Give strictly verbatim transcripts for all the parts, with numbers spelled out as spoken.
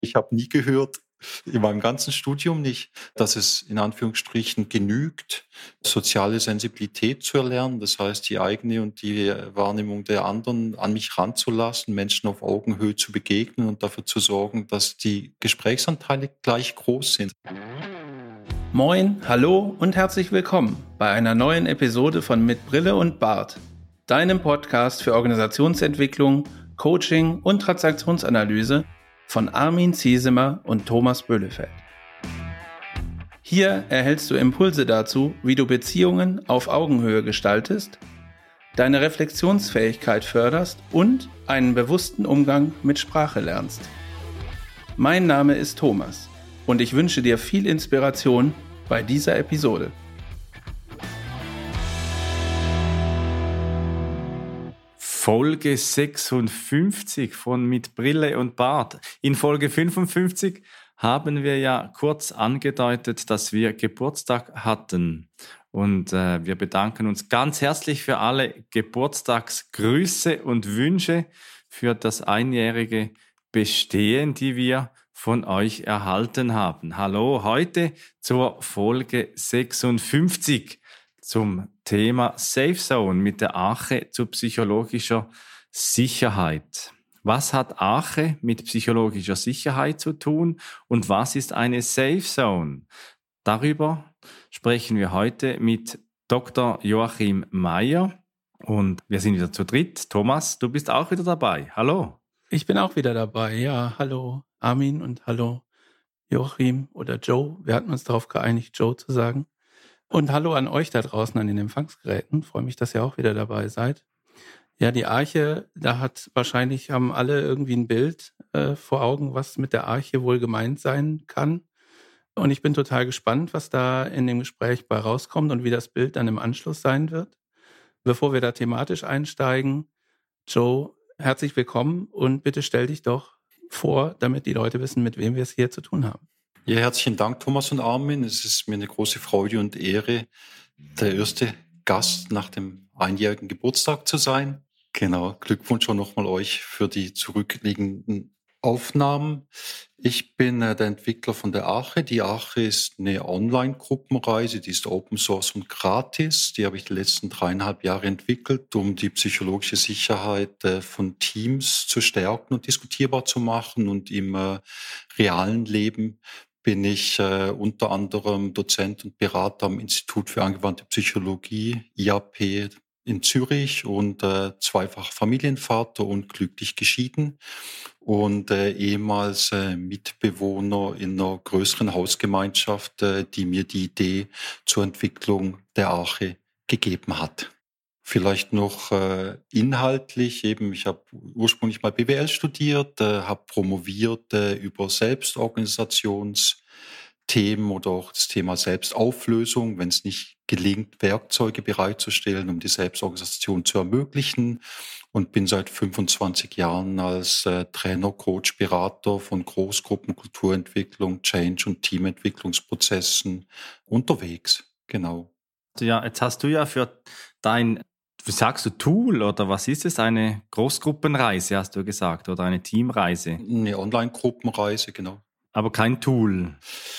Ich habe nie gehört, in meinem ganzen Studium nicht, dass es in Anführungsstrichen genügt, soziale Sensibilität zu erlernen. Das heißt, die eigene und die Wahrnehmung der anderen an mich ranzulassen, Menschen auf Augenhöhe zu begegnen und dafür zu sorgen, dass die Gesprächsanteile gleich groß sind. Moin, hallo und herzlich willkommen bei einer neuen Episode von Mit Brille und Bart, deinem Podcast für Organisationsentwicklung, Coaching und Transaktionsanalyse von Armin Ziesemer und Thomas Böhlefeld. Hier erhältst du Impulse dazu, wie du Beziehungen auf Augenhöhe gestaltest, deine Reflexionsfähigkeit förderst und einen bewussten Umgang mit Sprache lernst. Mein Name ist Thomas und ich wünsche dir viel Inspiration bei dieser Episode. Folge sechsundfünfzig von Mit Brille und Bart. In Folge fünfundfünfzig haben wir ja kurz angedeutet, dass wir Geburtstag hatten. Und äh, wir bedanken uns ganz herzlich für alle Geburtstagsgrüße und Wünsche für das einjährige Bestehen, die wir von euch erhalten haben. Hallo, heute zur Folge sechsundfünfzig zum Thema Safe Zone mit der Arche zu psychologischer Sicherheit. Was hat Arche mit psychologischer Sicherheit zu tun und was ist eine Safe Zone? Darüber sprechen wir heute mit Doktor Joachim Meyer und wir sind wieder zu dritt. Thomas, du bist auch wieder dabei. Hallo. Ich bin auch wieder dabei. Ja, hallo Armin und hallo Joachim oder Joe. Wir hatten uns darauf geeinigt, Joe zu sagen. Und hallo an euch da draußen an den Empfangsgeräten. Freue mich, dass ihr auch wieder dabei seid. Ja, die Arche, da hat wahrscheinlich haben alle irgendwie ein Bild äh, vor Augen, was mit der Arche wohl gemeint sein kann. Und ich bin total gespannt, was da in dem Gespräch bei rauskommt und wie das Bild dann im Anschluss sein wird. Bevor wir da thematisch einsteigen, Joe, herzlich willkommen und bitte stell dich doch vor, damit die Leute wissen, mit wem wir es hier zu tun haben. Ja, herzlichen Dank, Thomas und Armin. Es ist mir eine große Freude und Ehre, der erste Gast nach dem einjährigen Geburtstag zu sein. Genau, Glückwunsch auch nochmal euch für die zurückliegenden Aufnahmen. Ich bin äh, der Entwickler von der Arche. Die Arche ist eine Online-Gruppenreise, die ist Open Source und gratis. Die habe ich die letzten dreieinhalb Jahre entwickelt, um die psychologische Sicherheit äh, von Teams zu stärken und diskutierbar zu machen. Und im äh, realen Leben bin ich äh, unter anderem Dozent und Berater am Institut für angewandte Psychologie, I A P, in Zürich und äh, zweifach Familienvater und glücklich geschieden und äh, ehemals äh, Mitbewohner in einer größeren Hausgemeinschaft, äh, die mir die Idee zur Entwicklung der Arche gegeben hat. Vielleicht noch äh, inhaltlich, eben ich habe ursprünglich mal B W L studiert, äh, habe promoviert äh, über Selbstorganisationsthemen oder auch das Thema Selbstauflösung, wenn es nicht gelingt, Werkzeuge bereitzustellen, um die Selbstorganisation zu ermöglichen, und bin seit fünfundzwanzig Jahren als äh, Trainer, Coach, Berater von Großgruppen, Kulturentwicklung, Change- und Teamentwicklungsprozessen unterwegs. Genau. Ja, jetzt hast du ja für dein, wie sagst du, Tool oder was ist es? Eine Großgruppenreise, hast du gesagt, oder eine Teamreise? Eine Online-Gruppenreise, genau. Aber kein Tool.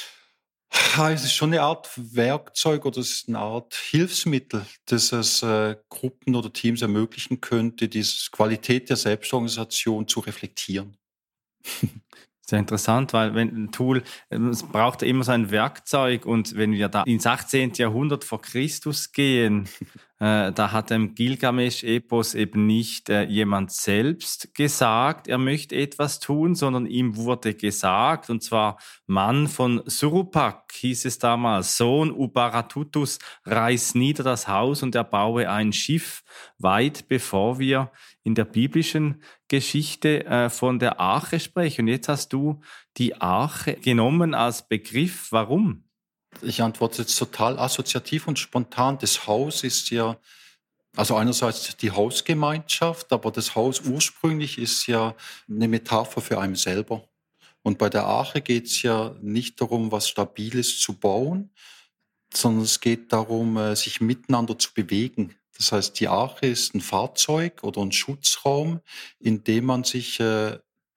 Es ist schon eine Art Werkzeug oder es ist eine Art Hilfsmittel, das es äh, Gruppen oder Teams ermöglichen könnte, die Qualität der Selbstorganisation zu reflektieren. Sehr interessant, weil wenn ein Tool, es braucht immer so ein Werkzeug, und wenn wir da ins achtzehnten Jahrhundert vor Christus gehen, äh, da hat im Gilgamesch-Epos eben nicht äh, jemand selbst gesagt, er möchte etwas tun, sondern ihm wurde gesagt, und zwar Mann von Surupak hieß es damals, Sohn Ubaratutus, reiß nieder das Haus und erbaue ein Schiff, weit bevor wir in der biblischen Geschichte äh, von der Arche sprechen. Und jetzt hast du die Arche genommen als Begriff. Warum? Ich antworte jetzt total assoziativ und spontan. Das Haus ist ja, also einerseits die Hausgemeinschaft, aber das Haus ursprünglich ist ja eine Metapher für einen selber. Und bei der Arche geht es ja nicht darum, was Stabiles zu bauen, sondern es geht darum, äh, sich miteinander zu bewegen. Das heißt, die Arche ist ein Fahrzeug oder ein Schutzraum, in dem man sich äh,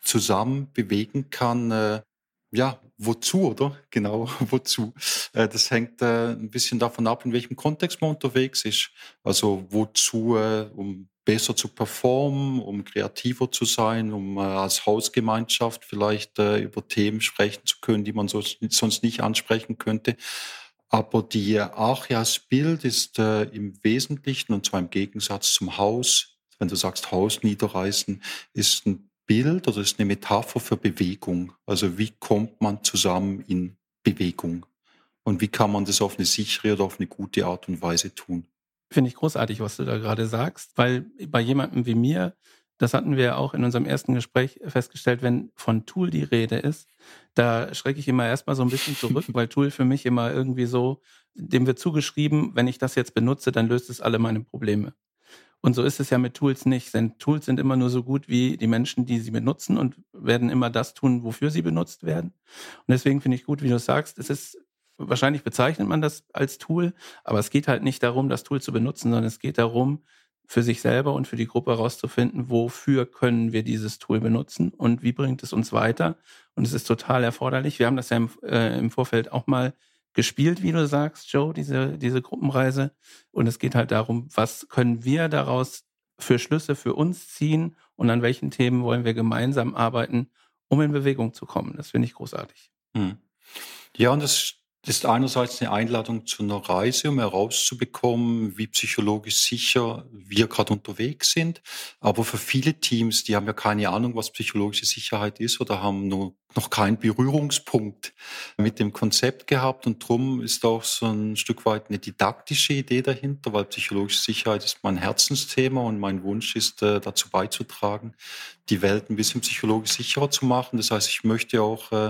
zusammen bewegen kann. Äh, ja, wozu, oder? Genau, wozu? Äh, das hängt äh, ein bisschen davon ab, in welchem Kontext man unterwegs ist. Also wozu, äh, um besser zu performen, um kreativer zu sein, um äh, als Hausgemeinschaft vielleicht äh, über Themen sprechen zu können, die man so, sonst nicht ansprechen könnte. Aber die Arche als Bild ist äh, im Wesentlichen, und zwar im Gegensatz zum Haus, wenn du sagst Haus niederreißen, ist ein Bild oder ist eine Metapher für Bewegung. Also wie kommt man zusammen in Bewegung? Und wie kann man das auf eine sichere oder auf eine gute Art und Weise tun? Finde ich großartig, was du da gerade sagst, weil bei jemandem wie mir, das hatten wir auch in unserem ersten Gespräch festgestellt, wenn von Tool die Rede ist, da schrecke ich immer erstmal so ein bisschen zurück, weil Tool für mich immer irgendwie so, dem wird zugeschrieben, wenn ich das jetzt benutze, dann löst es alle meine Probleme. Und so ist es ja mit Tools nicht, denn Tools sind immer nur so gut wie die Menschen, die sie benutzen und werden immer das tun, wofür sie benutzt werden. Und deswegen finde ich gut, wie du sagst, es ist, wahrscheinlich bezeichnet man das als Tool, aber es geht halt nicht darum, das Tool zu benutzen, sondern es geht darum, für sich selber und für die Gruppe herauszufinden, wofür können wir dieses Tool benutzen und wie bringt es uns weiter. Und es ist total erforderlich. Wir haben das ja im, äh, im Vorfeld auch mal gespielt, wie du sagst, Joe, diese, diese Gruppenreise. Und es geht halt darum, was können wir daraus für Schlüsse für uns ziehen und an welchen Themen wollen wir gemeinsam arbeiten, um in Bewegung zu kommen. Das finde ich großartig. Hm. Ja, und das ist einerseits eine Einladung zu einer Reise, um herauszubekommen, wie psychologisch sicher wir gerade unterwegs sind. Aber für viele Teams, die haben ja keine Ahnung, was psychologische Sicherheit ist oder haben nur noch keinen Berührungspunkt mit dem Konzept gehabt. Und drum ist auch so ein Stück weit eine didaktische Idee dahinter, weil psychologische Sicherheit ist mein Herzensthema und mein Wunsch ist, äh, dazu beizutragen, die Welt ein bisschen psychologisch sicherer zu machen. Das heißt, ich möchte auch äh,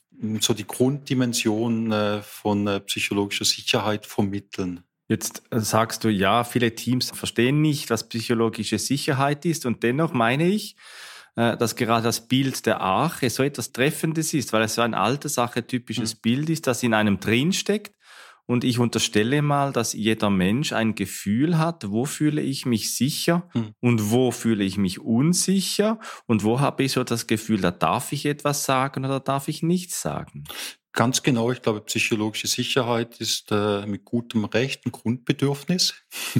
so die Grunddimension äh, von äh, psychologischer Sicherheit vermitteln. Jetzt äh, sagst du, ja, viele Teams verstehen nicht, was psychologische Sicherheit ist. Und dennoch meine ich, äh, dass gerade das Bild der Arche so etwas Treffendes ist, weil es so ein altes, archetypisches mhm. Bild ist, das in einem drinsteckt. Und ich unterstelle mal, dass jeder Mensch ein Gefühl hat, wo fühle ich mich sicher hm. und wo fühle ich mich unsicher und wo habe ich so das Gefühl, da darf ich etwas sagen oder darf ich nichts sagen. Ganz genau, ich glaube, psychologische Sicherheit ist äh, mit gutem Recht ein Grundbedürfnis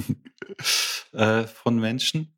äh, von Menschen.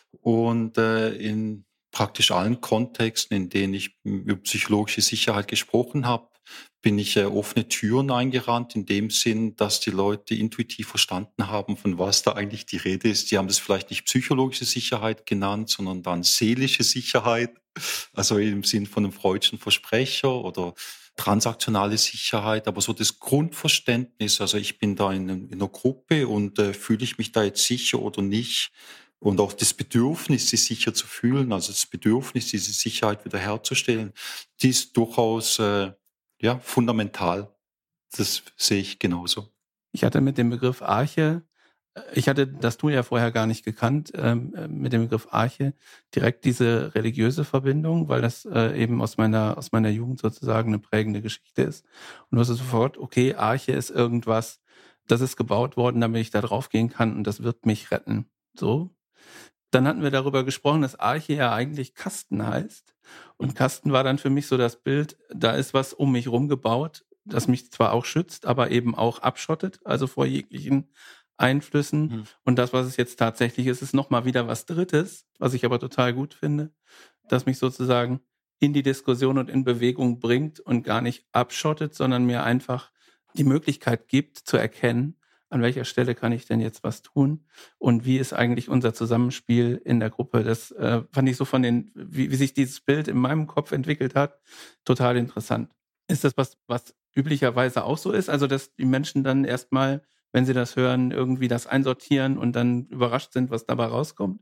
Und äh, in praktisch allen Kontexten, in denen ich über psychologische Sicherheit gesprochen habe, bin ich äh, offene Türen eingerannt, in dem Sinn, dass die Leute intuitiv verstanden haben, von was da eigentlich die Rede ist. Die haben das vielleicht nicht psychologische Sicherheit genannt, sondern dann seelische Sicherheit, also im Sinn von einem freudschen Versprecher oder transaktionale Sicherheit, aber so das Grundverständnis, also ich bin da in, in einer Gruppe und äh, fühle ich mich da jetzt sicher oder nicht, und auch das Bedürfnis, sich sicher zu fühlen, also das Bedürfnis, diese Sicherheit wiederherzustellen, die ist durchaus äh, ja, fundamental. Das sehe ich genauso. Ich hatte mit dem Begriff Arche, ich hatte das Tool ja vorher gar nicht gekannt, ähm, mit dem Begriff Arche direkt diese religiöse Verbindung, weil das äh, eben aus meiner, aus meiner Jugend sozusagen eine prägende Geschichte ist. Und du hast sofort, okay, Arche ist irgendwas, das ist gebaut worden, damit ich da drauf gehen kann und das wird mich retten. So. Dann hatten wir darüber gesprochen, dass Arche ja eigentlich Kasten heißt. Und Kasten war dann für mich so das Bild, da ist was um mich rum gebaut, das mich zwar auch schützt, aber eben auch abschottet, also vor jeglichen Einflüssen. Mhm. Und das, was es jetzt tatsächlich ist, ist nochmal wieder was Drittes, was ich aber total gut finde, das mich sozusagen in die Diskussion und in Bewegung bringt und gar nicht abschottet, sondern mir einfach die Möglichkeit gibt zu erkennen, an welcher Stelle kann ich denn jetzt was tun und wie ist eigentlich unser Zusammenspiel in der Gruppe. Das äh, fand ich so von den, wie, wie sich dieses Bild in meinem Kopf entwickelt hat, total interessant. Ist das was, was üblicherweise auch so ist? Also, dass die Menschen dann erstmal, wenn sie das hören, irgendwie das einsortieren und dann überrascht sind, was dabei rauskommt?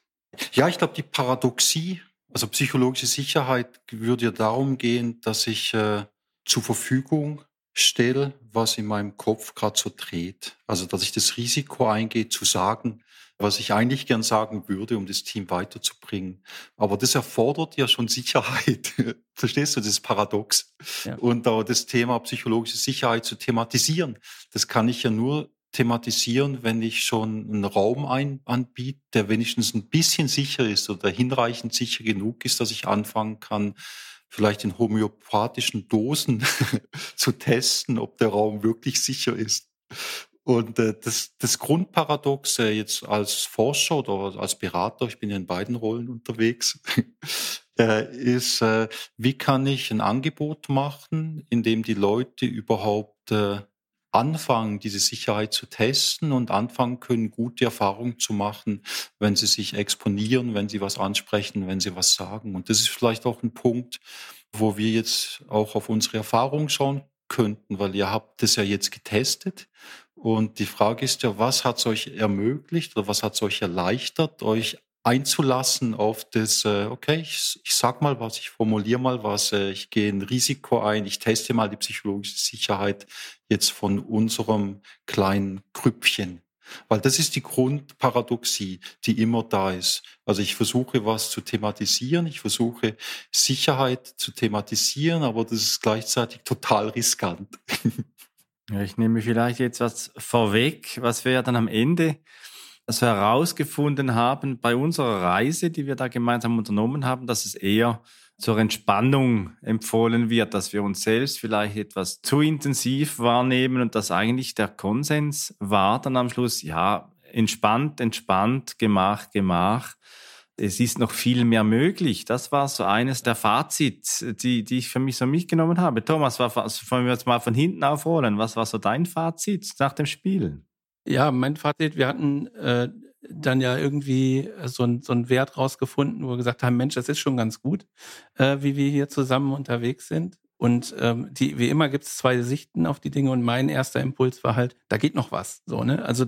Ja, ich glaube, die Paradoxie, also psychologische Sicherheit, würde ja darum gehen, dass ich äh, zur Verfügung stelle, was in meinem Kopf gerade so dreht. Also, dass ich das Risiko eingehe, zu sagen, was ich eigentlich gern sagen würde, um das Team weiterzubringen. Aber das erfordert ja schon Sicherheit. Verstehst du, das ist paradox. Ja. Und auch das Thema psychologische Sicherheit zu thematisieren, das kann ich ja nur thematisieren, wenn ich schon einen Raum ein, anbiete, der wenigstens ein bisschen sicher ist oder hinreichend sicher genug ist, dass ich anfangen kann, vielleicht in homöopathischen Dosen zu testen, ob der Raum wirklich sicher ist. Und äh, das, das Grundparadox äh, jetzt als Forscher oder als Berater, ich bin ja in beiden Rollen unterwegs, äh, ist, äh, wie kann ich ein Angebot machen, in dem die Leute überhaupt äh, anfangen, diese Sicherheit zu testen und anfangen können, gute Erfahrungen zu machen, wenn sie sich exponieren, wenn sie was ansprechen, wenn sie was sagen. Und das ist vielleicht auch ein Punkt, wo wir jetzt auch auf unsere Erfahrungen schauen könnten, weil ihr habt das ja jetzt getestet. Und die Frage ist ja, was hat es euch ermöglicht oder was hat es euch erleichtert, euch einzulassen auf das, äh, okay, ich, ich sag mal was, ich formuliere mal was, äh, ich gehe ein Risiko ein, ich teste mal die psychologische Sicherheit jetzt von unserem kleinen Grüppchen. Weil das ist die Grundparadoxie, die immer da ist. Also ich versuche was zu thematisieren, ich versuche Sicherheit zu thematisieren, aber das ist gleichzeitig total riskant. Ja, ich nehme vielleicht jetzt was vorweg, was wir ja dann am Ende also herausgefunden haben bei unserer Reise, die wir da gemeinsam unternommen haben, dass es eher zur Entspannung empfohlen wird, dass wir uns selbst vielleicht etwas zu intensiv wahrnehmen und dass eigentlich der Konsens war dann am Schluss, ja, entspannt, entspannt, Gemach, Gemach. Es ist noch viel mehr möglich. Das war so eines der Fazits, die, die ich für mich so mitgenommen habe. Thomas, was, wollen wir jetzt mal von hinten aufrollen? Was war so dein Fazit nach dem Spiel? Ja, mein Fazit, wir hatten äh, dann ja irgendwie so, ein, so einen Wert rausgefunden, wo wir gesagt haben, Mensch, das ist schon ganz gut, äh, wie wir hier zusammen unterwegs sind. Und ähm, die, wie immer gibt es zwei Sichten auf die Dinge und mein erster Impuls war halt, da geht noch was. So, ne? Also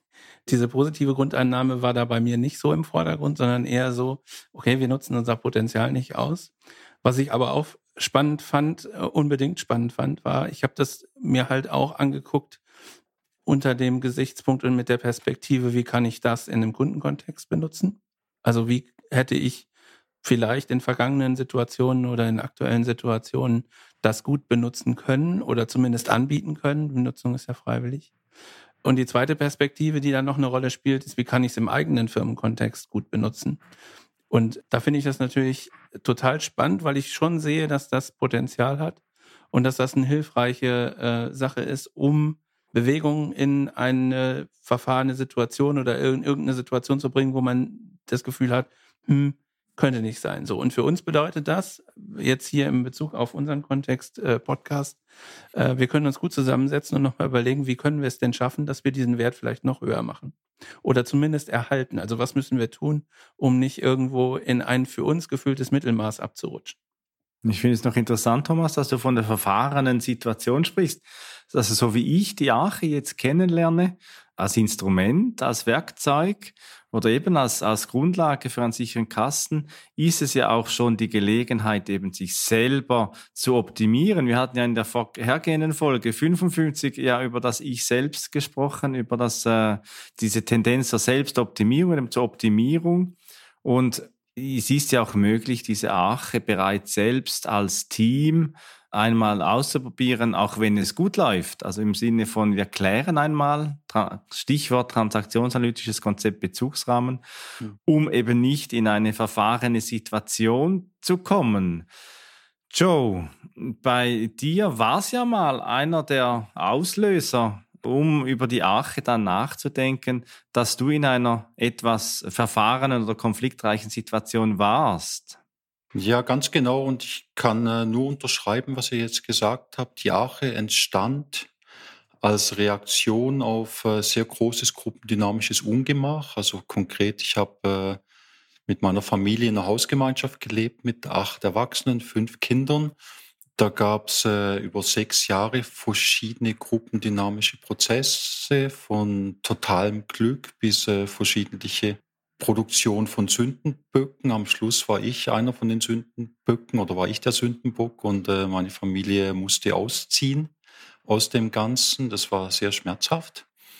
diese positive Grundannahme war da bei mir nicht so im Vordergrund, sondern eher so, okay, wir nutzen unser Potenzial nicht aus. Was ich aber auch spannend fand, äh, unbedingt spannend fand, war, ich habe das mir halt auch angeguckt, unter dem Gesichtspunkt und mit der Perspektive, wie kann ich das in einem Kundenkontext benutzen? Also wie hätte ich vielleicht in vergangenen Situationen oder in aktuellen Situationen das gut benutzen können oder zumindest anbieten können? Benutzung ist ja freiwillig. Und die zweite Perspektive, die dann noch eine Rolle spielt, ist, wie kann ich es im eigenen Firmenkontext gut benutzen? Und da finde ich das natürlich total spannend, weil ich schon sehe, dass das Potenzial hat und dass das eine hilfreiche äh, Sache ist, um Bewegung in eine verfahrene Situation oder in irgendeine Situation zu bringen, wo man das Gefühl hat, hm, könnte nicht sein. So. Und für uns bedeutet das, jetzt hier in Bezug auf unseren Kontext äh, Podcast, äh, wir können uns gut zusammensetzen und nochmal überlegen, wie können wir es denn schaffen, dass wir diesen Wert vielleicht noch höher machen oder zumindest erhalten. Also was müssen wir tun, um nicht irgendwo in ein für uns gefühltes Mittelmaß abzurutschen. Ich finde es noch interessant, Thomas, dass du von der verfahrenen Situation sprichst. Also so wie ich die Arche jetzt kennenlerne, als Instrument, als Werkzeug oder eben als, als Grundlage für einen sicheren Kasten, ist es ja auch schon die Gelegenheit, eben sich selber zu optimieren. Wir hatten ja in der vorhergehenden Folge fünfundfünfzig ja über das Ich selbst gesprochen, über das, äh, diese Tendenz zur Selbstoptimierung, zur Optimierung. Und es ist ja auch möglich, diese Arche bereits selbst als Team einmal auszuprobieren, auch wenn es gut läuft. Also im Sinne von, wir klären einmal, Stichwort transaktionsanalytisches Konzept Bezugsrahmen, um eben nicht in eine verfahrene Situation zu kommen. Joe, bei dir war es ja mal einer der Auslöser, um über die Arche dann nachzudenken, dass du in einer etwas verfahrenen oder konfliktreichen Situation warst. Ja, ganz genau. Und ich kann äh, nur unterschreiben, was ihr jetzt gesagt habt. Die Arche entstand als Reaktion auf äh, sehr großes gruppendynamisches Ungemach. Also konkret, ich habe äh, mit meiner Familie in einer Hausgemeinschaft gelebt mit acht Erwachsenen, fünf Kindern. Da gab es äh, über sechs Jahre verschiedene gruppendynamische Prozesse, von totalem Glück bis äh, verschiedene Produktion von Sündenböcken. Am Schluss war ich einer von den Sündenböcken oder war ich der Sündenbock und äh, meine Familie musste ausziehen aus dem Ganzen. Das war sehr schmerzhaft.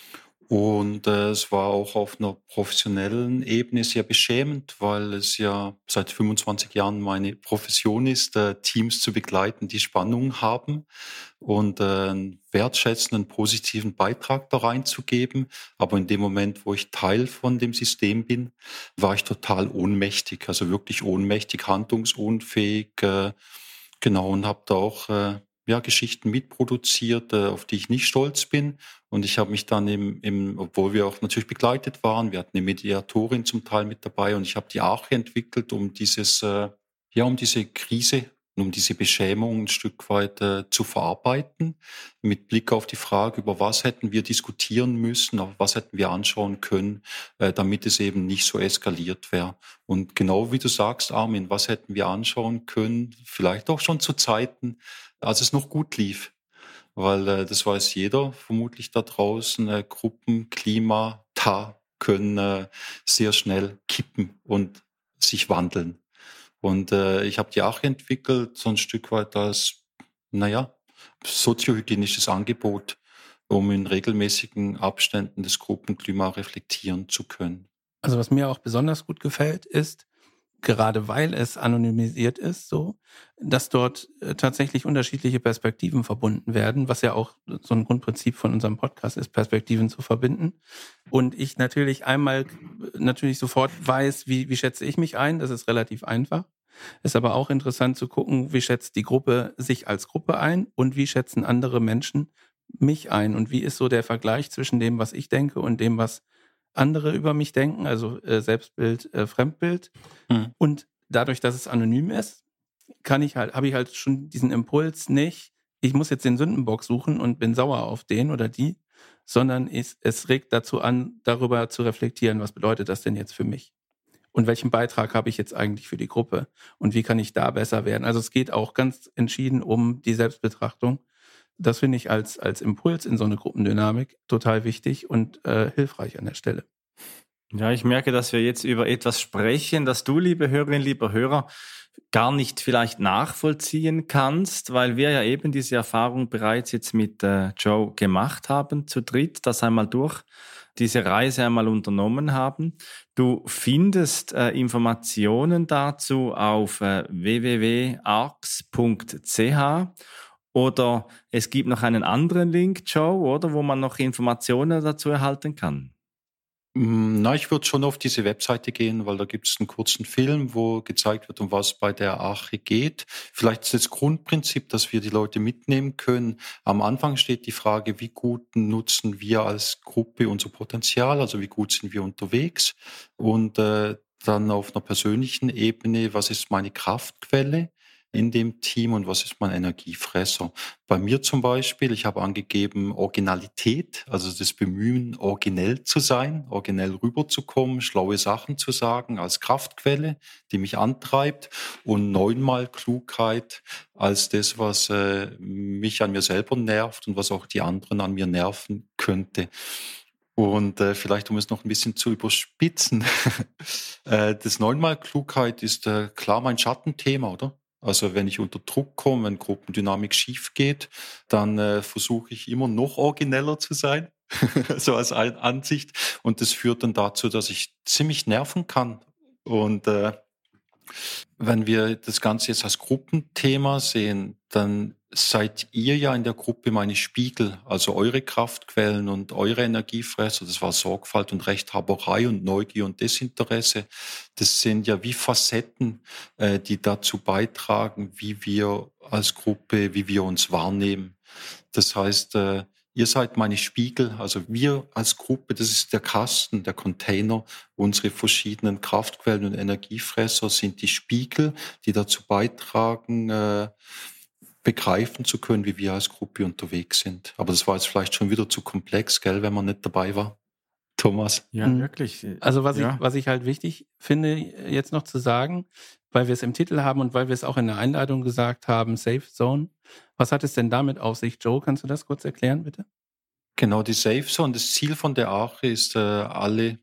Und äh, es war auch auf einer professionellen Ebene sehr beschämend, weil es ja seit fünfundzwanzig Jahren meine Profession ist, äh, Teams zu begleiten, die Spannungen haben und äh, einen wertschätzenden, positiven Beitrag da reinzugeben. Aber in dem Moment, wo ich Teil von dem System bin, war ich total ohnmächtig, also wirklich ohnmächtig, handlungsunfähig, äh, genau, und habe da auch äh, ja, Geschichten mitproduziert, äh, auf die ich nicht stolz bin. Und ich habe mich dann im, im, obwohl wir auch natürlich begleitet waren, wir hatten eine Mediatorin zum Teil mit dabei und ich habe die Arche entwickelt, um dieses, äh, ja, um diese Krise, um diese Beschämung ein Stück weit äh, zu verarbeiten, mit Blick auf die Frage, über was hätten wir diskutieren müssen, auf was hätten wir anschauen können, äh, damit es eben nicht so eskaliert wäre. Und genau wie du sagst, Armin, was hätten wir anschauen können, vielleicht auch schon zu Zeiten, als es noch gut lief. Weil äh, das weiß jeder vermutlich da draußen, äh, Gruppen, Klima, da können äh, sehr schnell kippen und sich wandeln. Und äh, ich habe die Arche entwickelt, so ein Stück weit als, naja, soziohygienisches Angebot, um in regelmäßigen Abständen das Gruppenklima reflektieren zu können. Also was mir auch besonders gut gefällt, ist, gerade weil es anonymisiert ist, so, dass dort äh, tatsächlich unterschiedliche Perspektiven verbunden werden, was ja auch so ein Grundprinzip von unserem Podcast ist, Perspektiven zu verbinden. Und ich natürlich einmal natürlich sofort weiß, wie, wie schätze ich mich ein, das ist relativ einfach. Ist aber auch interessant zu gucken, wie schätzt die Gruppe sich als Gruppe ein und wie schätzen andere Menschen mich ein und wie ist so der Vergleich zwischen dem, was ich denke und dem, was andere über mich denken, also äh, Selbstbild, äh, Fremdbild. Hm. Und dadurch, dass es anonym ist, kann ich halt, habe ich halt schon diesen Impuls nicht, ich muss jetzt den Sündenbock suchen und bin sauer auf den oder die, sondern es, es regt dazu an, darüber zu reflektieren, was bedeutet das denn jetzt für mich? Und welchen Beitrag habe ich jetzt eigentlich für die Gruppe? Und wie kann ich da besser werden? Also es geht auch ganz entschieden um die Selbstbetrachtung. Das finde ich als, als Impuls in so eine Gruppendynamik total wichtig und äh, hilfreich an der Stelle. Ja, ich merke, dass wir jetzt über etwas sprechen, das du, liebe Hörerinnen, lieber Hörer, gar nicht vielleicht nachvollziehen kannst, weil wir ja eben diese Erfahrung bereits jetzt mit äh, Joe gemacht haben, zu dritt, das einmal durch diese Reise einmal unternommen haben. Du findest äh, Informationen dazu auf äh, w w w punkt arx punkt c h oder es gibt noch einen anderen Link, Joe, oder, wo man noch Informationen dazu erhalten kann. Na, ich würde schon auf diese Webseite gehen, weil da gibt es einen kurzen Film, wo gezeigt wird, um was bei der Arche geht. Vielleicht ist das Grundprinzip, dass wir die Leute mitnehmen können. Am Anfang steht die Frage, wie gut nutzen wir als Gruppe unser Potenzial, also wie gut sind wir unterwegs. Und äh, dann auf einer persönlichen Ebene, was ist meine Kraftquelle in dem Team und was ist mein Energiefresser? Bei mir zum Beispiel, ich habe angegeben Originalität, also das Bemühen, originell zu sein, originell rüberzukommen, schlaue Sachen zu sagen als Kraftquelle, die mich antreibt, und neunmal Klugheit als das, was äh, mich an mir selber nervt und was auch die anderen an mir nerven könnte. Und äh, vielleicht, um es noch ein bisschen zu überspitzen, äh, das neunmal Klugheit ist äh, klar mein Schattenthema, oder? Also wenn ich unter Druck komme, wenn Gruppendynamik schief geht, dann äh, versuche ich immer noch origineller zu sein, so als Ansicht. Und das führt dann dazu, dass ich ziemlich nerven kann. Und äh, wenn wir das Ganze jetzt als Gruppenthema sehen, dann seid ihr ja in der Gruppe meine Spiegel, also eure Kraftquellen und eure Energiefresser. Das war Sorgfalt und Rechthaberei und Neugier und Desinteresse. Das sind ja wie Facetten, äh, die dazu beitragen, wie wir als Gruppe, wie wir uns wahrnehmen. Das heißt, äh, ihr seid meine Spiegel, also wir als Gruppe, das ist der Kasten, der Container. Unsere verschiedenen Kraftquellen und Energiefresser sind die Spiegel, die dazu beitragen, äh, begreifen zu können, wie wir als Gruppe unterwegs sind. Aber das war jetzt vielleicht schon wieder zu komplex, gell, wenn man nicht dabei war. Thomas? Ja, Mhm. wirklich. Also was, ja. ich, was ich halt wichtig finde, jetzt noch zu sagen, weil wir es im Titel haben und weil wir es auch in der Einleitung gesagt haben, Safe Zone. Was hat es denn damit auf sich, Joe? Kannst du das kurz erklären, bitte? Genau, die Safe Zone. Das Ziel von der Arche ist, äh, alle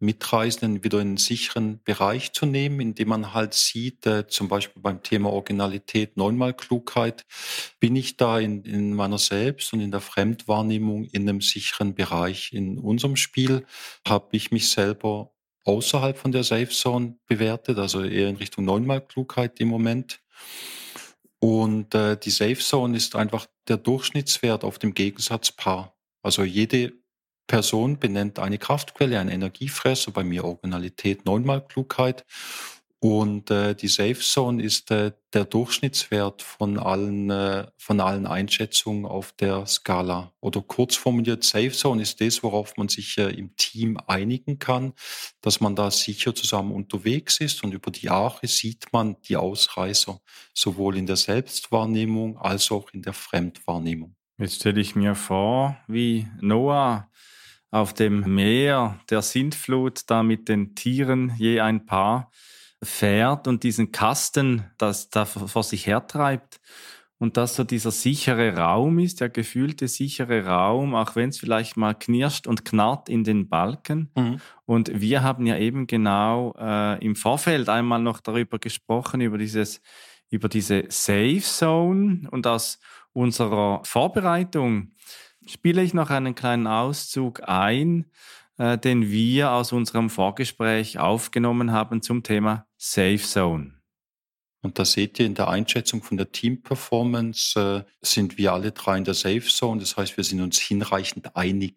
Mitreisenden wieder in einen sicheren Bereich zu nehmen, indem man halt sieht, äh, zum Beispiel beim Thema Originalität, neunmal Klugheit, bin ich da in, in meiner Selbst- und in der Fremdwahrnehmung in einem sicheren Bereich. In unserem Spiel habe ich mich selber außerhalb von der Safe Zone bewertet, also eher in Richtung neunmal Klugheit im Moment. Und äh, die Safe Zone ist einfach der Durchschnittswert auf dem Gegensatzpaar. Also jede Person benennt eine Kraftquelle, einen Energiefresser, bei mir Originalität, neunmal Klugheit. Und äh, die Safe Zone ist äh, der Durchschnittswert von allen, äh, von allen Einschätzungen auf der Skala. Oder kurz formuliert, Safe Zone ist das, worauf man sich äh, im Team einigen kann, dass man da sicher zusammen unterwegs ist. Und über die Jahre sieht man die Ausreißer, sowohl in der Selbstwahrnehmung als auch in der Fremdwahrnehmung. Jetzt stelle ich mir vor, wie Noah auf dem Meer der Sintflut da mit den Tieren je ein Paar fährt und diesen Kasten, das da vor sich hertreibt und dass so dieser sichere Raum ist, der gefühlte sichere Raum, auch wenn es vielleicht mal knirscht und knarrt in den Balken. Mhm. Und wir haben ja eben genau äh, im Vorfeld einmal noch darüber gesprochen, über dieses, über diese Safe Zone, und aus unserer Vorbereitung spiele ich noch einen kleinen Auszug ein, äh, den wir aus unserem Vorgespräch aufgenommen haben zum Thema Safe Zone. Und da seht ihr in der Einschätzung von der Team-Performance, äh, sind wir alle drei in der Safe Zone. Das heißt, wir sind uns hinreichend einig.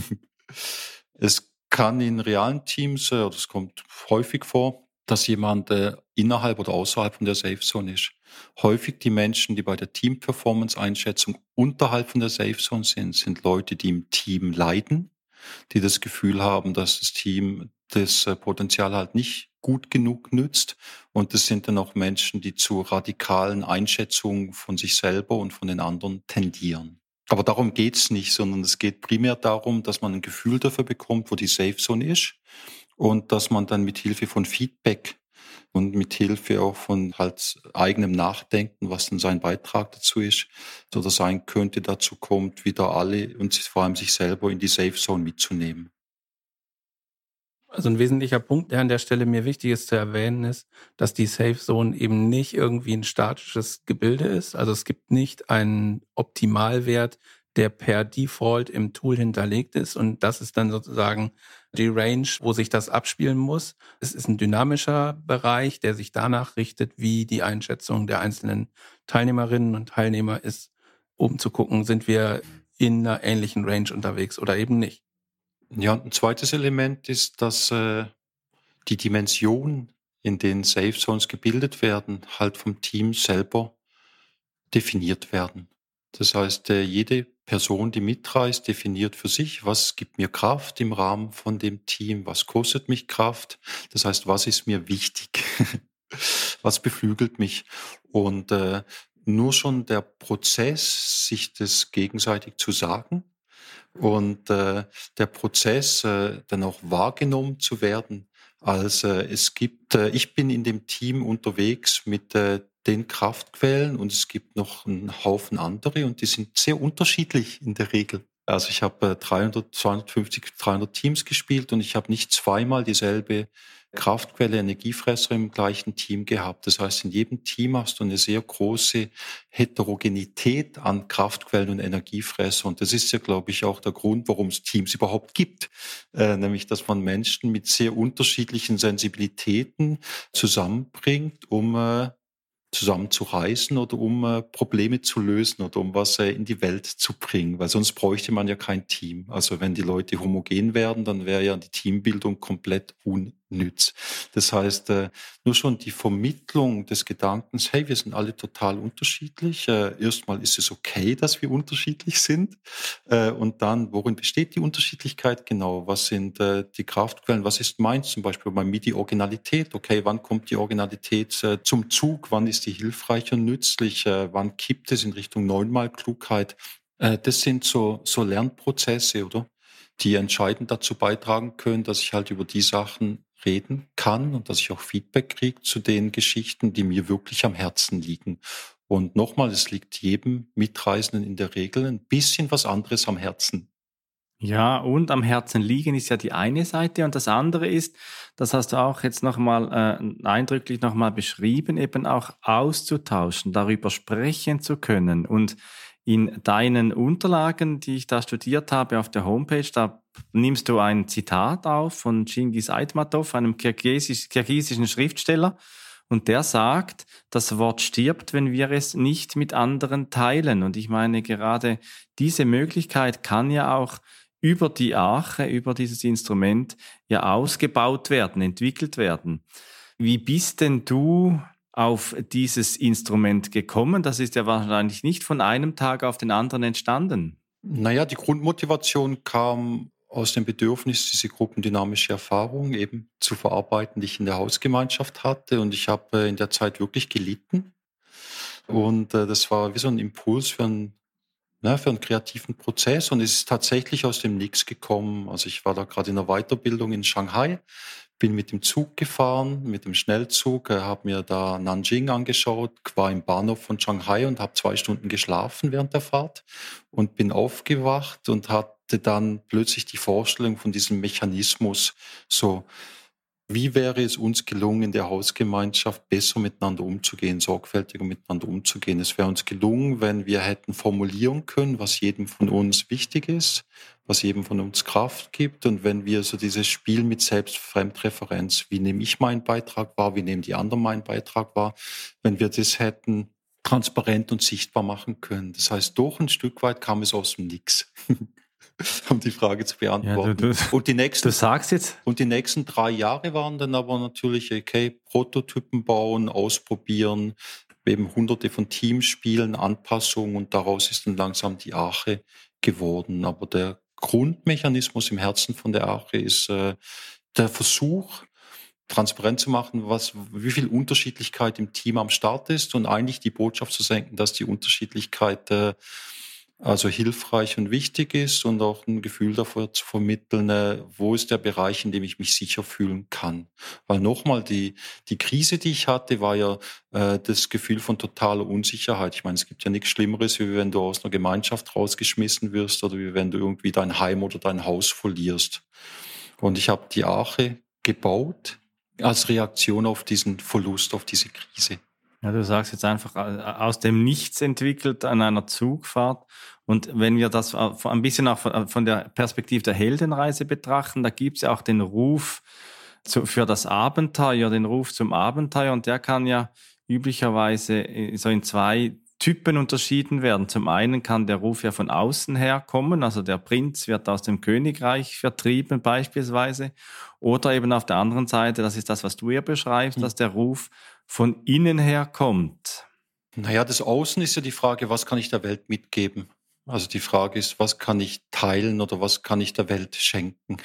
Es kann in realen Teams, äh, das kommt häufig vor, dass jemand äh, innerhalb oder außerhalb von der Safe Zone ist. Häufig die Menschen, die bei der Team-Performance-Einschätzung unterhalb von der Safe Zone sind, sind Leute, die im Team leiden, die das Gefühl haben, dass das Team das Potenzial halt nicht gut genug nützt. Und das sind dann auch Menschen, die zu radikalen Einschätzungen von sich selber und von den anderen tendieren. Aber darum geht's nicht, sondern es geht primär darum, dass man ein Gefühl dafür bekommt, wo die Safe Zone ist, und dass man dann mit Hilfe von Feedback und mit Hilfe auch von halt eigenem Nachdenken, was denn sein Beitrag dazu ist oder sein könnte, dazu kommt, wieder alle und vor allem sich selber in die Safe Zone mitzunehmen. Also ein wesentlicher Punkt, der an der Stelle mir wichtig ist zu erwähnen, ist, dass die Safe Zone eben nicht irgendwie ein statisches Gebilde ist. Also es gibt nicht einen Optimalwert, der per Default im Tool hinterlegt ist, und das ist dann sozusagen die Range, wo sich das abspielen muss. Es ist ein dynamischer Bereich, der sich danach richtet, wie die Einschätzung der einzelnen Teilnehmerinnen und Teilnehmer ist, um zu gucken, sind wir in einer ähnlichen Range unterwegs oder eben nicht. Ja, ein zweites Element ist, dass äh, die Dimensionen, in denen Safe Zones gebildet werden, halt vom Team selber definiert werden. Das heißt, äh, jede Person, die mitreist, definiert für sich, was gibt mir Kraft im Rahmen von dem Team, was kostet mich Kraft. Das heißt, was ist mir wichtig, was beflügelt mich. Und äh, nur schon der Prozess, sich das gegenseitig zu sagen, und äh, der Prozess, äh, dann auch wahrgenommen zu werden, als äh, es gibt, äh, ich bin in dem Team unterwegs mit äh, den Kraftquellen, und es gibt noch einen Haufen andere, und die sind sehr unterschiedlich in der Regel. Also ich habe äh, dreihundert, zweihundertfünfzig, dreihundert Teams gespielt, und ich habe nicht zweimal dieselbe Kraftquelle, Energiefresser im gleichen Team gehabt. Das heißt, in jedem Team hast du eine sehr große Heterogenität an Kraftquellen und Energiefresser. Und das ist ja, glaube ich, auch der Grund, warum es Teams überhaupt gibt. Äh, nämlich, dass man Menschen mit sehr unterschiedlichen Sensibilitäten zusammenbringt, um äh, zusammen zu reisen oder um äh, Probleme zu lösen oder um was äh, in die Welt zu bringen, weil sonst bräuchte man ja kein Team. Also wenn die Leute homogen wären, dann wäre ja die Teambildung komplett unnütz. Das heißt, äh, nur schon die Vermittlung des Gedankens, hey, wir sind alle total unterschiedlich. Äh, erstmal ist es okay, dass wir unterschiedlich sind. Äh, und dann, worin besteht die Unterschiedlichkeit genau? Was sind äh, die Kraftquellen? Was ist meins? Zum Beispiel bei mir die Originalität. Okay, wann kommt die Originalität äh, zum Zug? Wann ist die hilfreich und nützlich? Äh, wann kippt es in Richtung neunmal Klugheit? Äh, das sind so, so Lernprozesse, oder? Die entscheidend dazu beitragen können, dass ich halt über die Sachen reden kann und dass ich auch Feedback kriege zu den Geschichten, die mir wirklich am Herzen liegen. Und nochmal, es liegt jedem Mitreisenden in der Regel ein bisschen was anderes am Herzen. Ja, und am Herzen liegen ist ja die eine Seite und das andere ist, das hast du auch jetzt nochmal äh, eindrücklich nochmal beschrieben, eben auch auszutauschen, darüber sprechen zu können. Und in deinen Unterlagen, die ich da studiert habe auf der Homepage, da nimmst du ein Zitat auf von Cengiz Aitmatov, einem kirgisisch, kirgisischen Schriftsteller. Und der sagt, das Wort stirbt, wenn wir es nicht mit anderen teilen. Und ich meine, gerade diese Möglichkeit kann ja auch über die Arche, über dieses Instrument ja ausgebaut werden, entwickelt werden. Wie bist denn du auf dieses Instrument gekommen? Das ist ja wahrscheinlich nicht von einem Tag auf den anderen entstanden. Naja, die Grundmotivation kam aus dem Bedürfnis, diese gruppendynamische Erfahrung eben zu verarbeiten, die ich in der Hausgemeinschaft hatte. Und ich habe in der Zeit wirklich gelitten. Und äh, das war wie so ein Impuls für einen, ne, für einen kreativen Prozess. Und es ist tatsächlich aus dem Nix gekommen. Also ich war da gerade in der Weiterbildung in Shanghai, bin mit dem Zug gefahren, mit dem Schnellzug, äh, habe mir da Nanjing angeschaut, war im Bahnhof von Shanghai und habe zwei Stunden geschlafen während der Fahrt und bin aufgewacht und hatte dann plötzlich die Vorstellung von diesem Mechanismus, so wie wäre es uns gelungen, in der Hausgemeinschaft besser miteinander umzugehen, sorgfältiger miteinander umzugehen. Es wäre uns gelungen, wenn wir hätten formulieren können, was jedem von uns wichtig ist, was jedem von uns Kraft gibt. Und wenn wir so dieses Spiel mit Selbstfremdreferenz, wie nehme ich meinen Beitrag wahr, wie nehmen die anderen meinen Beitrag wahr, wenn wir das hätten transparent und sichtbar machen können. Das heißt, doch ein Stück weit kam es aus dem Nix. Um die Frage zu beantworten. Ja, du, du, und, die nächsten, du sagst jetzt. und die nächsten drei Jahre waren dann aber natürlich, okay, Prototypen bauen, ausprobieren, eben hunderte von Teamspielen, Anpassungen und daraus ist dann langsam die Arche geworden. Aber der Grundmechanismus im Herzen von der Arche ist äh, der Versuch, transparent zu machen, was, wie viel Unterschiedlichkeit im Team am Start ist und eigentlich die Botschaft zu senken, dass die Unterschiedlichkeit äh, also hilfreich und wichtig ist und auch ein Gefühl dafür zu vermitteln, wo ist der Bereich, in dem ich mich sicher fühlen kann. Weil nochmal, die, die Krise, die ich hatte, war ja äh, das Gefühl von totaler Unsicherheit. Ich meine, es gibt ja nichts Schlimmeres, wie wenn du aus einer Gemeinschaft rausgeschmissen wirst oder wie wenn du irgendwie dein Heim oder dein Haus verlierst. Und ich habe die Arche gebaut als Reaktion auf diesen Verlust, auf diese Krise. Ja, du sagst jetzt einfach aus dem Nichts entwickelt an einer Zugfahrt. Und wenn wir das ein bisschen auch von der Perspektive der Heldenreise betrachten, da gibt es ja auch den Ruf für das Abenteuer, den Ruf zum Abenteuer. Und der kann ja üblicherweise so in zwei Typen unterschieden werden. Zum einen kann der Ruf ja von außen her kommen, also der Prinz wird aus dem Königreich vertrieben beispielsweise. Oder eben auf der anderen Seite, das ist das, was du ja beschreibst, dass der Ruf von innen her kommt. Naja, das Außen ist ja die Frage, was kann ich der Welt mitgeben? Also die Frage ist, was kann ich teilen oder was kann ich der Welt schenken?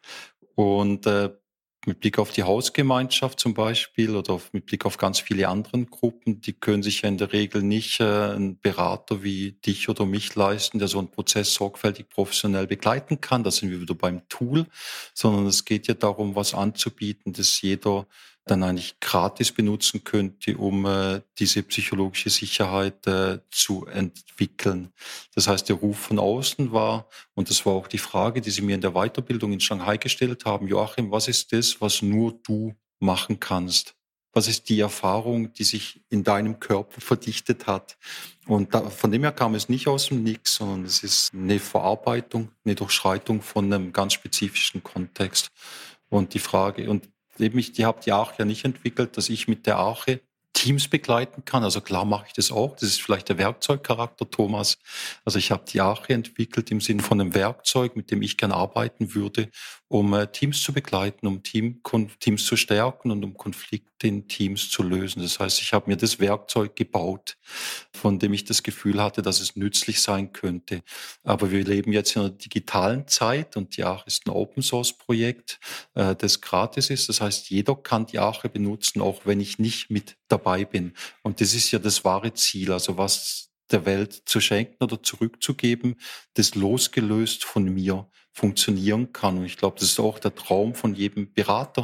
Und äh, mit Blick auf die Hausgemeinschaft zum Beispiel oder auf, mit Blick auf ganz viele andere Gruppen, die können sich ja in der Regel nicht äh, einen Berater wie dich oder mich leisten, der so einen Prozess sorgfältig professionell begleiten kann. Da sind wir wieder beim Tool, sondern es geht ja darum, was anzubieten, dass jeder dann eigentlich gratis benutzen könnte, um äh, diese psychologische Sicherheit äh, zu entwickeln. Das heißt, der Ruf von außen war, und das war auch die Frage, die Sie mir in der Weiterbildung in Shanghai gestellt haben, Joachim, was ist das, was nur du machen kannst? Was ist die Erfahrung, die sich in deinem Körper verdichtet hat? Und da, von dem her kam es nicht aus dem Nix, sondern es ist eine Verarbeitung, eine Durchschreitung von einem ganz spezifischen Kontext. Und die Frage, und eben ich, die habe die Arche ja nicht entwickelt, dass ich mit der Arche Teams begleiten kann. Also klar mache ich das auch. Das ist vielleicht der Werkzeugcharakter, Thomas. Also ich habe die Arche entwickelt im Sinne von einem Werkzeug, mit dem ich gern arbeiten würde, um äh, Teams zu begleiten, um Team, Teams zu stärken und um Konflikte in Teams zu lösen. Das heißt, ich habe mir das Werkzeug gebaut, von dem ich das Gefühl hatte, dass es nützlich sein könnte. Aber wir leben jetzt in einer digitalen Zeit und die Arche ist ein Open-Source-Projekt, äh, das gratis ist. Das heißt, jeder kann die Arche benutzen, auch wenn ich nicht mit dabei bin. Und das ist ja das wahre Ziel, also was der Welt zu schenken oder zurückzugeben, das losgelöst von mir funktionieren kann. Und ich glaube, das ist auch der Traum von jedem Berater,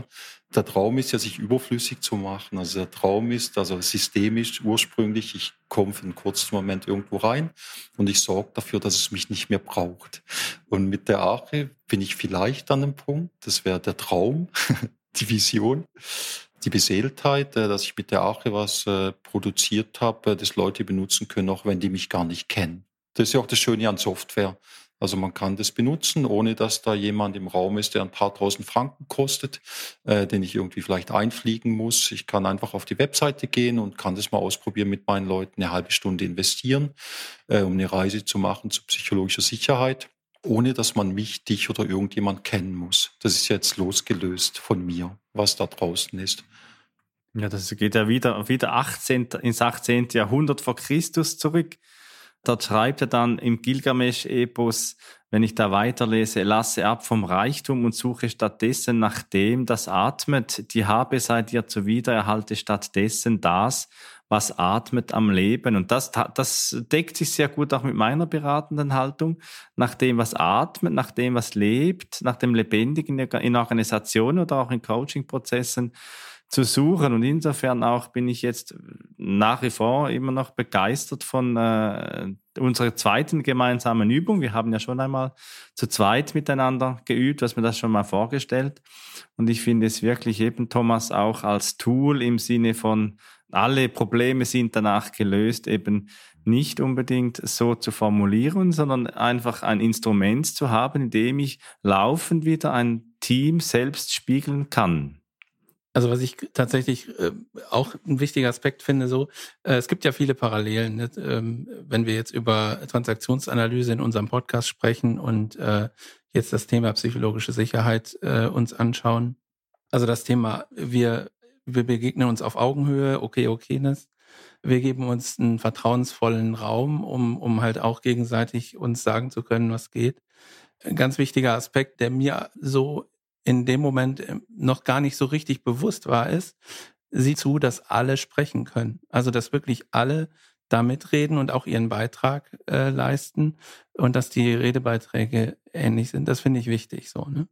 der Traum ist ja, sich überflüssig zu machen. Also der Traum ist, also systemisch ursprünglich, ich komme für einen kurzen Moment irgendwo rein und ich sorge dafür, dass es mich nicht mehr braucht. Und mit der Arche bin ich vielleicht an einem Punkt, das wäre der Traum, die Vision, die Beseeltheit, dass ich mit der Arche was äh, produziert habe, das Leute benutzen können, auch wenn die mich gar nicht kennen. Das ist ja auch das Schöne an Software. Also man kann das benutzen, ohne dass da jemand im Raum ist, der ein paar tausend Franken kostet, äh, den ich irgendwie vielleicht einfliegen muss. Ich kann einfach auf die Webseite gehen und kann das mal ausprobieren mit meinen Leuten, eine halbe Stunde investieren, äh, um eine Reise zu machen zu psychologischer Sicherheit, ohne dass man mich, dich oder irgendjemand kennen muss. Das ist jetzt losgelöst von mir, was da draußen ist. Ja, das geht ja wieder, wieder achtzehnten ins achtzehnten Jahrhundert vor Christus zurück. Dort schreibt er dann im Gilgamesch-Epos, wenn ich da weiterlese, lasse ab vom Reichtum und suche stattdessen nach dem, das atmet, die habe sei dir zuwider, erhalte stattdessen das, was atmet am Leben. Und das, das deckt sich sehr gut auch mit meiner beratenden Haltung, nach dem, was atmet, nach dem, was lebt, nach dem Lebendigen in Organisationen oder auch in Coaching-Prozessen zu suchen. Und insofern auch bin ich jetzt nach wie vor immer noch begeistert von äh, unserer zweiten gemeinsamen Übung. Wir haben ja schon einmal zu zweit miteinander geübt, du hast mir das schon mal vorgestellt. Und ich finde es wirklich eben, Thomas, auch als Tool im Sinne von alle Probleme sind danach gelöst, eben nicht unbedingt so zu formulieren, sondern einfach ein Instrument zu haben, in dem ich laufend wieder ein Team selbst spiegeln kann. Also was ich tatsächlich äh, auch ein wichtiger Aspekt finde, so äh, es gibt ja viele Parallelen, ne? ähm, wenn wir jetzt über Transaktionsanalyse in unserem Podcast sprechen und äh, jetzt das Thema psychologische Sicherheit äh, uns anschauen. Also das Thema, wir wir begegnen uns auf Augenhöhe, okay, okayness. Wir geben uns einen vertrauensvollen Raum, um um halt auch gegenseitig uns sagen zu können, was geht. Ein ganz wichtiger Aspekt, der mir so in dem Moment noch gar nicht so richtig bewusst war, ist, sieh zu, dass alle sprechen können. Also, dass wirklich alle da mitreden und auch ihren Beitrag äh, leisten und dass die Redebeiträge ähnlich sind. Das finde ich wichtig, so, ne?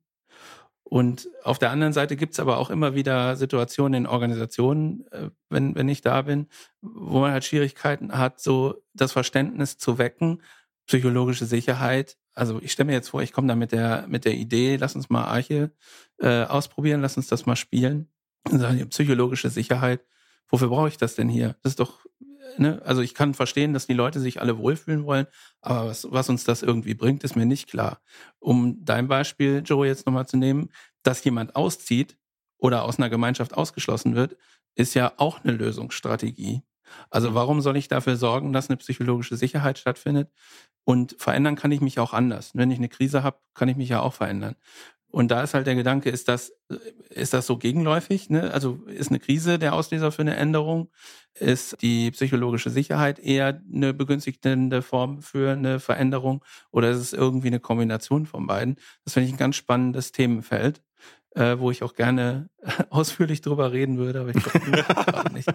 Und auf der anderen Seite gibt's aber auch immer wieder Situationen in Organisationen, äh, wenn, wenn ich da bin, wo man halt Schwierigkeiten hat, so das Verständnis zu wecken, psychologische Sicherheit. Also ich stelle mir jetzt vor, ich komme da mit der mit der Idee, lass uns mal Arche äh, ausprobieren, lass uns das mal spielen. Und sagen, psychologische Sicherheit, wofür brauche ich das denn hier? Das ist doch, ne? Also ich kann verstehen, dass die Leute sich alle wohlfühlen wollen, aber was, was uns das irgendwie bringt, ist mir nicht klar. Um dein Beispiel, Joe, jetzt nochmal zu nehmen, dass jemand auszieht oder aus einer Gemeinschaft ausgeschlossen wird, ist ja auch eine Lösungsstrategie. Also warum soll ich dafür sorgen, dass eine psychologische Sicherheit stattfindet? Und verändern kann ich mich auch anders. Wenn ich eine Krise habe, kann ich mich ja auch verändern. Und da ist halt der Gedanke, ist das, ist das so gegenläufig? Ne? Also ist eine Krise der Auslöser für eine Änderung? Ist die psychologische Sicherheit eher eine begünstigende Form für eine Veränderung? Oder ist es irgendwie eine Kombination von beiden? Das finde ich ein ganz spannendes Themenfeld, äh, wo ich auch gerne ausführlich drüber reden würde, aber ich glaube gerade nicht.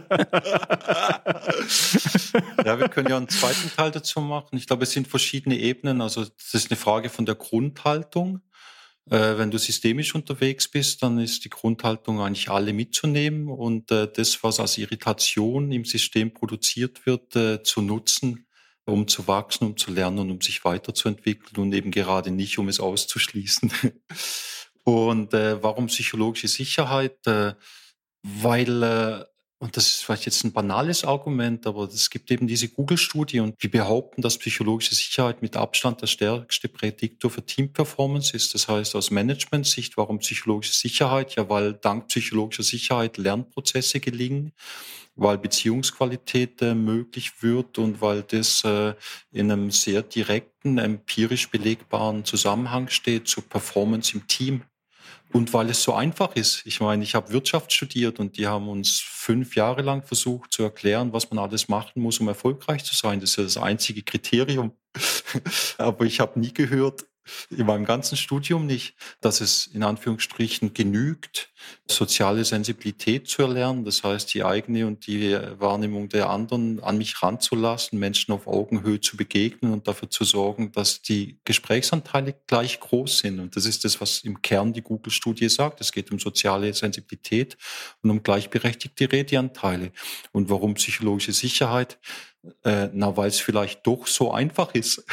Ja, wir können ja einen zweiten Teil dazu machen. Ich glaube, es sind verschiedene Ebenen. Also das ist eine Frage von der Grundhaltung. Äh, wenn du systemisch unterwegs bist, dann ist die Grundhaltung eigentlich alle mitzunehmen und äh, das, was als Irritation im System produziert wird, äh, zu nutzen, um zu wachsen, um zu lernen und um sich weiterzuentwickeln und eben gerade nicht, um es auszuschließen. Und äh, warum psychologische Sicherheit? Äh, weil, äh, und das ist vielleicht jetzt ein banales Argument, aber es gibt eben diese Google-Studie und die behaupten, dass psychologische Sicherheit mit Abstand der stärkste Prädiktor für Teamperformance ist. Das heißt, aus Management-Sicht, warum psychologische Sicherheit? Ja, weil dank psychologischer Sicherheit Lernprozesse gelingen, weil Beziehungsqualität äh, möglich wird und weil das äh, in einem sehr direkten, empirisch belegbaren Zusammenhang steht zur Performance im Team. Und weil es so einfach ist. Ich meine, ich habe Wirtschaft studiert und die haben uns fünf Jahre lang versucht zu erklären, was man alles machen muss, um erfolgreich zu sein. Das ist ja das einzige Kriterium. Aber ich habe nie gehört, In meinem ganzen Studium nicht, dass es in Anführungsstrichen genügt, soziale Sensibilität zu erlernen. Das heißt, die eigene und die Wahrnehmung der anderen an mich ranzulassen, Menschen auf Augenhöhe zu begegnen und dafür zu sorgen, dass die Gesprächsanteile gleich groß sind. Und das ist das, was im Kern die Google-Studie sagt. Es geht um soziale Sensibilität und um gleichberechtigte Redeanteile. Und warum psychologische Sicherheit? Äh, na, weil es vielleicht doch so einfach ist.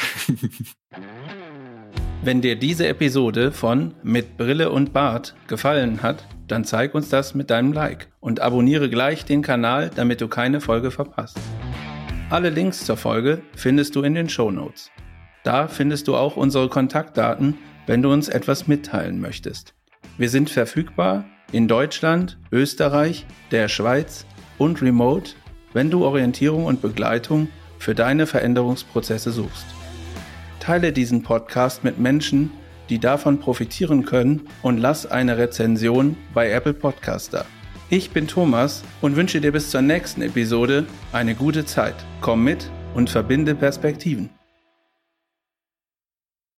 Wenn dir diese Episode von Mit Brille und Bart gefallen hat, dann zeig uns das mit deinem Like und abonniere gleich den Kanal, damit du keine Folge verpasst. Alle Links zur Folge findest du in den Shownotes. Da findest du auch unsere Kontaktdaten, wenn du uns etwas mitteilen möchtest. Wir sind verfügbar in Deutschland, Österreich, der Schweiz und remote, wenn du Orientierung und Begleitung für deine Veränderungsprozesse suchst. Teile diesen Podcast mit Menschen, die davon profitieren können, und lass eine Rezension bei Apple Podcast da. Ich bin Thomas und wünsche dir bis zur nächsten Episode eine gute Zeit. Komm mit und verbinde Perspektiven.